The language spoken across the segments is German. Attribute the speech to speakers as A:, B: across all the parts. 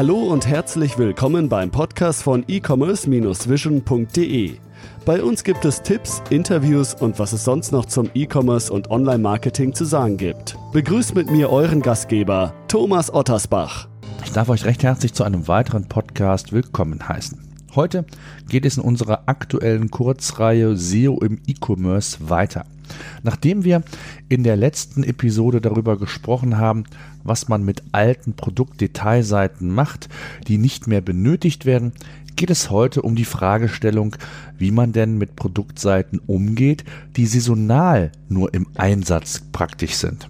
A: Hallo und herzlich willkommen beim Podcast von e-commerce-vision.de. Bei uns gibt es Tipps, Interviews und was es sonst noch zum E-Commerce und Online-Marketing zu sagen gibt. Begrüßt mit mir euren Gastgeber, Thomas Ottersbach.
B: Ich darf euch recht herzlich zu einem weiteren Podcast willkommen heißen. Heute geht es in unserer aktuellen Kurzreihe SEO im E-Commerce weiter. Nachdem wir in der letzten Episode darüber gesprochen haben, was man mit alten Produktdetailseiten macht, die nicht mehr benötigt werden, geht es heute um die Fragestellung, wie man denn mit Produktseiten umgeht, die saisonal nur im Einsatz praktisch sind.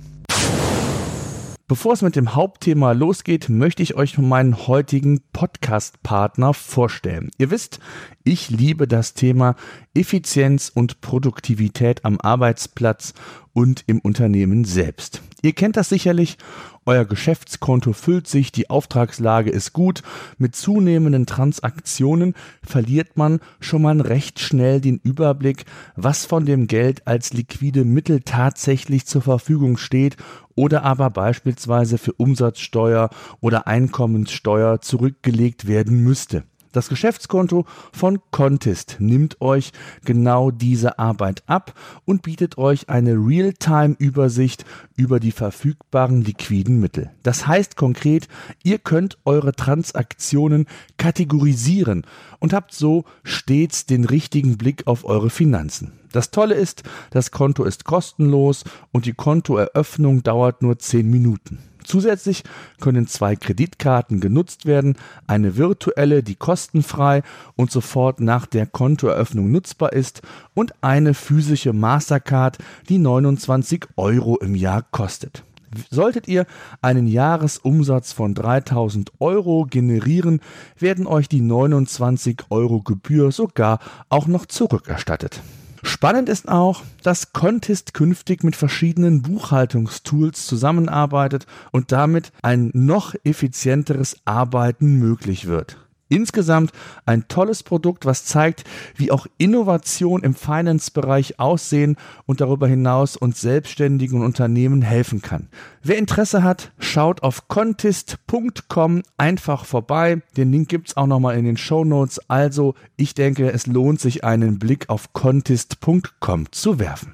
B: Bevor es mit dem Hauptthema losgeht, möchte ich euch meinen heutigen Podcast-Partner vorstellen. Ihr wisst, ich liebe das Thema Effizienz und Produktivität am Arbeitsplatz und im Unternehmen selbst. Ihr kennt das sicherlich, euer Geschäftskonto füllt sich, die Auftragslage ist gut. Mit zunehmenden Transaktionen verliert man schon mal recht schnell den Überblick, was von dem Geld als liquide Mittel tatsächlich zur Verfügung steht oder aber beispielsweise für Umsatzsteuer oder Einkommenssteuer zurückgelegt werden müsste. Das Geschäftskonto von Kontist nimmt euch genau diese Arbeit ab und bietet euch eine Realtime-Übersicht über die verfügbaren liquiden Mittel. Das heißt konkret, ihr könnt eure Transaktionen kategorisieren und habt so stets den richtigen Blick auf eure Finanzen. Das Tolle ist, das Konto ist kostenlos und die Kontoeröffnung dauert nur 10 Minuten. Zusätzlich können 2 Kreditkarten genutzt werden, eine virtuelle, die kostenfrei und sofort nach der Kontoeröffnung nutzbar ist und eine physische Mastercard, die 29 € im Jahr kostet. Solltet ihr einen Jahresumsatz von 3.000 € generieren, werden euch die 29 € Gebühr sogar auch noch zurückerstattet. Spannend ist auch, dass Kontist künftig mit verschiedenen Buchhaltungstools zusammenarbeitet und damit ein noch effizienteres Arbeiten möglich wird. Insgesamt ein tolles Produkt, was zeigt, wie auch Innovation im Finance-Bereich aussehen und darüber hinaus uns selbstständigen Unternehmen helfen kann. Wer Interesse hat, schaut auf kontist.com einfach vorbei. Den Link gibt es auch nochmal in den Shownotes. Also, ich denke, es lohnt sich, einen Blick auf kontist.com zu werfen.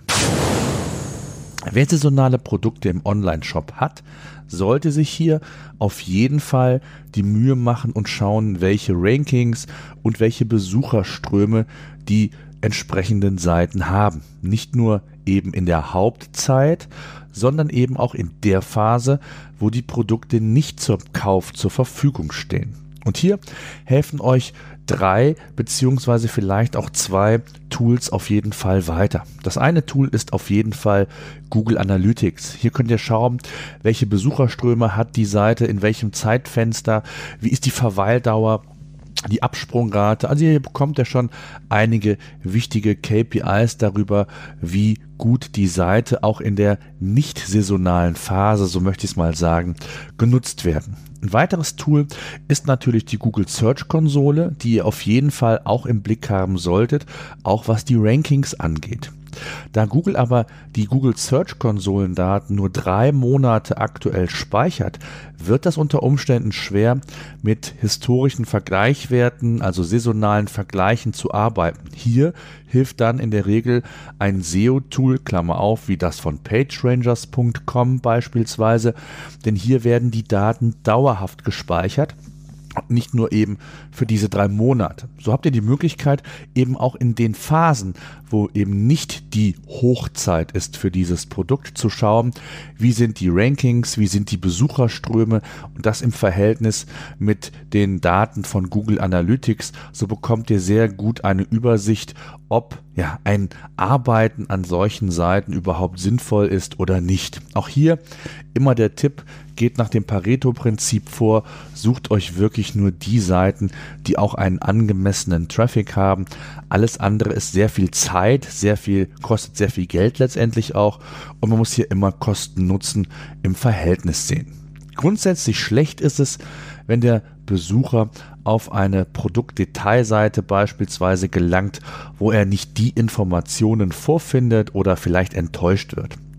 B: Wer saisonale Produkte im Online-Shop hat, sollte sich hier auf jeden Fall die Mühe machen und schauen, welche Rankings und welche Besucherströme die entsprechenden Seiten haben. Nicht nur eben in der Hauptzeit, sondern eben auch in der Phase, wo die Produkte nicht zum Kauf zur Verfügung stehen. Und hier helfen euch 3 beziehungsweise vielleicht auch 2 Tools auf jeden Fall weiter. Das eine Tool ist auf jeden Fall Google Analytics. Hier könnt ihr schauen, welche Besucherströme hat die Seite, in welchem Zeitfenster, wie ist die Verweildauer, die Absprungrate. Also hier bekommt ihr schon einige wichtige KPIs darüber, wie gut die Seite auch in der nicht saisonalen Phase, so möchte ich es mal sagen, genutzt werden. Ein weiteres Tool ist natürlich die Google Search Konsole, die ihr auf jeden Fall auch im Blick haben solltet, auch was die Rankings angeht. Da Google aber die Google Search Konsolendaten nur 3 Monate aktuell speichert, wird das unter Umständen schwer, mit historischen Vergleichswerten, also saisonalen Vergleichen zu arbeiten. Hier hilft dann in der Regel ein SEO-Tool, Klammer auf, wie das von PageRangers.com beispielsweise, denn hier werden die Daten dauerhaft gespeichert. Nicht nur eben für diese 3 Monate. So habt ihr die Möglichkeit, eben auch in den Phasen, wo eben nicht die Hochzeit ist für dieses Produkt, zu schauen, wie sind die Rankings, wie sind die Besucherströme und das im Verhältnis mit den Daten von Google Analytics. So bekommt ihr sehr gut eine Übersicht, ob ein Arbeiten an solchen Seiten überhaupt sinnvoll ist oder nicht. Auch hier immer der Tipp, geht nach dem Pareto-Prinzip vor, sucht euch wirklich nur die Seiten, die auch einen angemessenen Traffic haben. Alles andere ist sehr viel Zeit, kostet sehr viel Geld letztendlich auch und man muss hier immer Kosten-Nutzen im Verhältnis sehen. Grundsätzlich schlecht ist es, wenn der Besucher auf eine Produktdetailseite beispielsweise gelangt, wo er nicht die Informationen vorfindet oder vielleicht enttäuscht wird.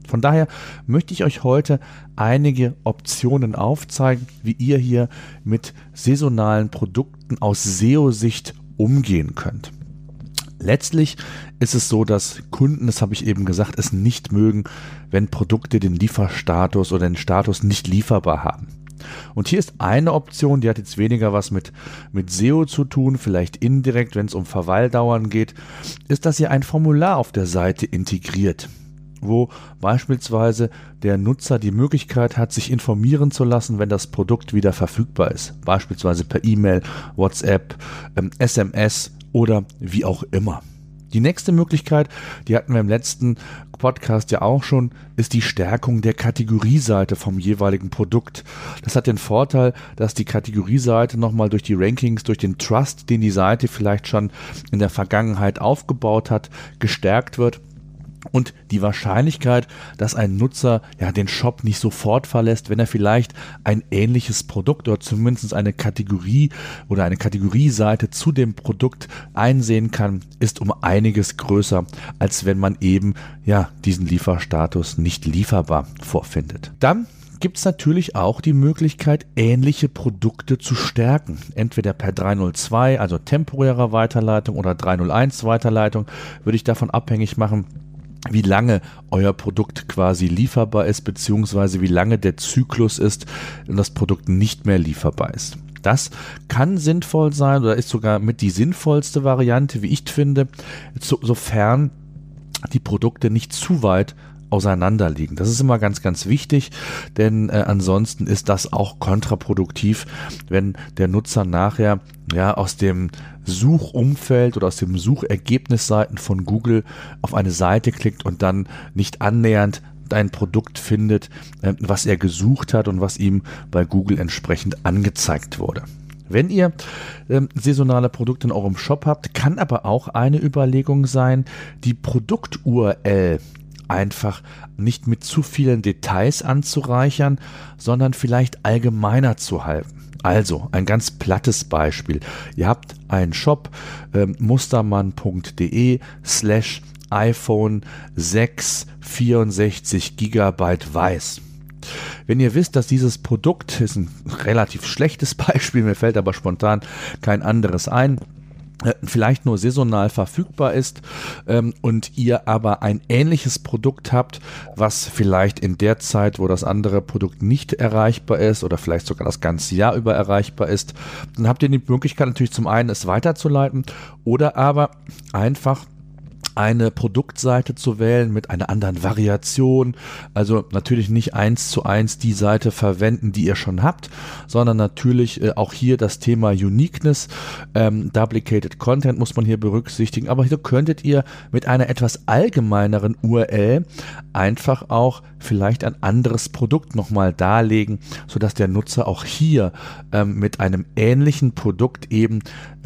B: Von daher möchte ich euch heute einige Optionen aufzeigen, wie ihr hier mit saisonalen Produkten aus SEO-Sicht umgehen könnt. Letztlich ist es so, dass Kunden, das habe ich eben gesagt, es nicht mögen, wenn Produkte den Lieferstatus oder den Status nicht lieferbar haben. Und hier ist eine Option, die hat jetzt weniger was mit SEO zu tun, vielleicht indirekt, wenn es um Verweildauern geht, ist, dass ihr ein Formular auf der Seite integriert, wo beispielsweise der Nutzer die Möglichkeit hat, sich informieren zu lassen, wenn das Produkt wieder verfügbar ist. Beispielsweise per E-Mail, WhatsApp, SMS oder wie auch immer. Die nächste Möglichkeit, die hatten wir im letzten Podcast ja auch schon, ist die Stärkung der Kategorieseite vom jeweiligen Produkt. Das hat den Vorteil, dass die Kategorieseite nochmal durch die Rankings, durch den Trust, den die Seite vielleicht schon in der Vergangenheit aufgebaut hat, gestärkt wird. Und die Wahrscheinlichkeit, dass ein Nutzer den Shop nicht sofort verlässt, wenn er vielleicht ein ähnliches Produkt oder zumindest eine Kategorie oder eine Kategorieseite zu dem Produkt einsehen kann, ist um einiges größer, als wenn man eben diesen Lieferstatus nicht lieferbar vorfindet. Dann gibt es natürlich auch die Möglichkeit, ähnliche Produkte zu stärken. Entweder per 302, also temporärer Weiterleitung, oder 301 Weiterleitung, würde ich davon abhängig machen, wie lange euer Produkt quasi lieferbar ist, beziehungsweise wie lange der Zyklus ist und das Produkt nicht mehr lieferbar ist. Das kann sinnvoll sein oder ist sogar mit die sinnvollste Variante, wie ich finde, sofern die Produkte nicht zu weit auseinander liegen. Das ist immer ganz, ganz wichtig, denn ansonsten ist das auch kontraproduktiv, wenn der Nutzer nachher aus dem Suchumfeld oder aus dem Suchergebnisseiten von Google auf eine Seite klickt und dann nicht annähernd ein Produkt findet, was er gesucht hat und was ihm bei Google entsprechend angezeigt wurde. Wenn ihr saisonale Produkte in eurem Shop habt, kann aber auch eine Überlegung sein, die Produkt-URL einfach nicht mit zu vielen Details anzureichern, sondern vielleicht allgemeiner zu halten. Also ein ganz plattes Beispiel. Ihr habt einen Shop, mustermann.de/iPhone 6 64 GB weiß. Wenn ihr wisst, dass dieses Produkt, ist ein relativ schlechtes Beispiel, mir fällt aber spontan kein anderes ein, vielleicht nur saisonal verfügbar ist und ihr aber ein ähnliches Produkt habt, was vielleicht in der Zeit, wo das andere Produkt nicht erreichbar ist oder vielleicht sogar das ganze Jahr über erreichbar ist, dann habt ihr die Möglichkeit natürlich zum einen es weiterzuleiten oder aber einfach eine Produktseite zu wählen mit einer anderen Variation, also natürlich nicht 1:1 die Seite verwenden, die ihr schon habt, sondern natürlich auch hier das Thema Uniqueness, Duplicated Content muss man hier berücksichtigen, aber hier könntet ihr mit einer etwas allgemeineren URL einfach auch vielleicht ein anderes Produkt nochmal darlegen, sodass der Nutzer auch hier mit einem ähnlichen Produkt eben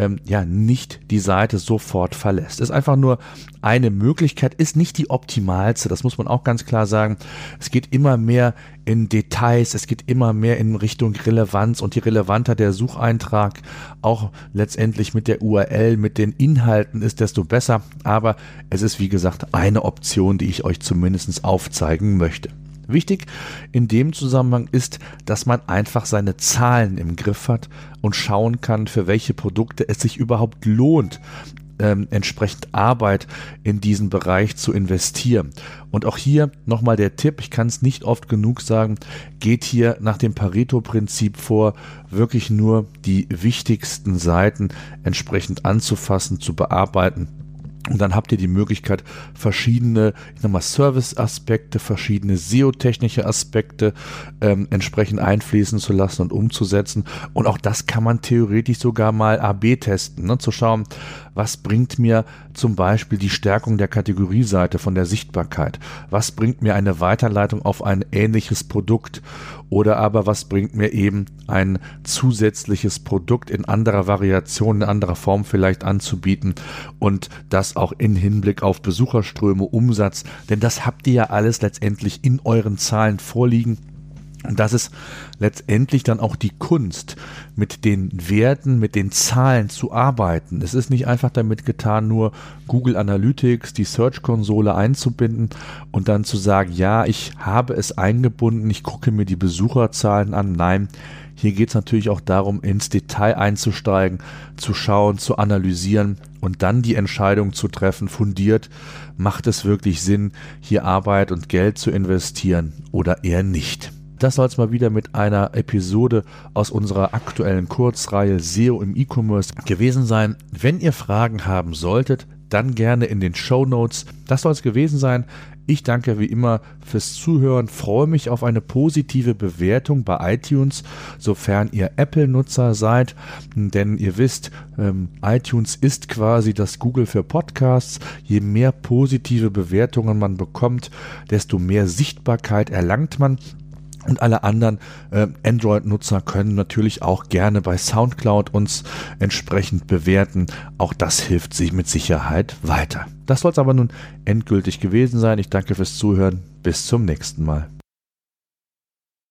B: nicht die Seite sofort verlässt. Ist einfach nur eine Möglichkeit, ist nicht die optimalste, das muss man auch ganz klar sagen. Es geht immer mehr in Details, es geht immer mehr in Richtung Relevanz und je relevanter der Sucheintrag auch letztendlich mit der URL, mit den Inhalten ist, desto besser. Aber es ist wie gesagt eine Option, die ich euch zumindest aufzeigen möchte. Wichtig in dem Zusammenhang ist, dass man einfach seine Zahlen im Griff hat und schauen kann, für welche Produkte es sich überhaupt lohnt, entsprechend Arbeit in diesen Bereich zu investieren. Und auch hier nochmal der Tipp, ich kann es nicht oft genug sagen, geht hier nach dem Pareto-Prinzip vor, wirklich nur die wichtigsten Seiten entsprechend anzufassen, zu bearbeiten. Und dann habt ihr die Möglichkeit, verschiedene Service-Aspekte, verschiedene SEO-technische Aspekte entsprechend einfließen zu lassen und umzusetzen. Und auch das kann man theoretisch sogar mal A/B testen, ne? Zu schauen, was bringt mir zum Beispiel die Stärkung der Kategorieseite von der Sichtbarkeit? Was bringt mir eine Weiterleitung auf ein ähnliches Produkt? Oder aber was bringt mir eben ein zusätzliches Produkt in anderer Variation, in anderer Form vielleicht anzubieten und das auch in Hinblick auf Besucherströme, Umsatz, denn das habt ihr ja alles letztendlich in euren Zahlen vorliegen. Und das ist letztendlich dann auch die Kunst, mit den Werten, mit den Zahlen zu arbeiten. Es ist nicht einfach damit getan, nur Google Analytics, die Search-Konsole einzubinden und dann zu sagen, ja, ich habe es eingebunden, ich gucke mir die Besucherzahlen an. Nein, hier geht es natürlich auch darum, ins Detail einzusteigen, zu schauen, zu analysieren und dann die Entscheidung zu treffen, fundiert, macht es wirklich Sinn, hier Arbeit und Geld zu investieren oder eher nicht. Das soll es mal wieder mit einer Episode aus unserer aktuellen Kurzreihe SEO im E-Commerce gewesen sein. Wenn ihr Fragen haben solltet, dann gerne in den Shownotes. Das soll es gewesen sein. Ich danke wie immer fürs Zuhören, freue mich auf eine positive Bewertung bei iTunes, sofern ihr Apple-Nutzer seid, denn ihr wisst, iTunes ist quasi das Google für Podcasts. Je mehr positive Bewertungen man bekommt, desto mehr Sichtbarkeit erlangt man. Und alle anderen Android-Nutzer können natürlich auch gerne bei SoundCloud uns entsprechend bewerten. Auch das hilft sich mit Sicherheit weiter. Das soll es aber nun endgültig gewesen sein. Ich danke fürs Zuhören. Bis zum nächsten Mal.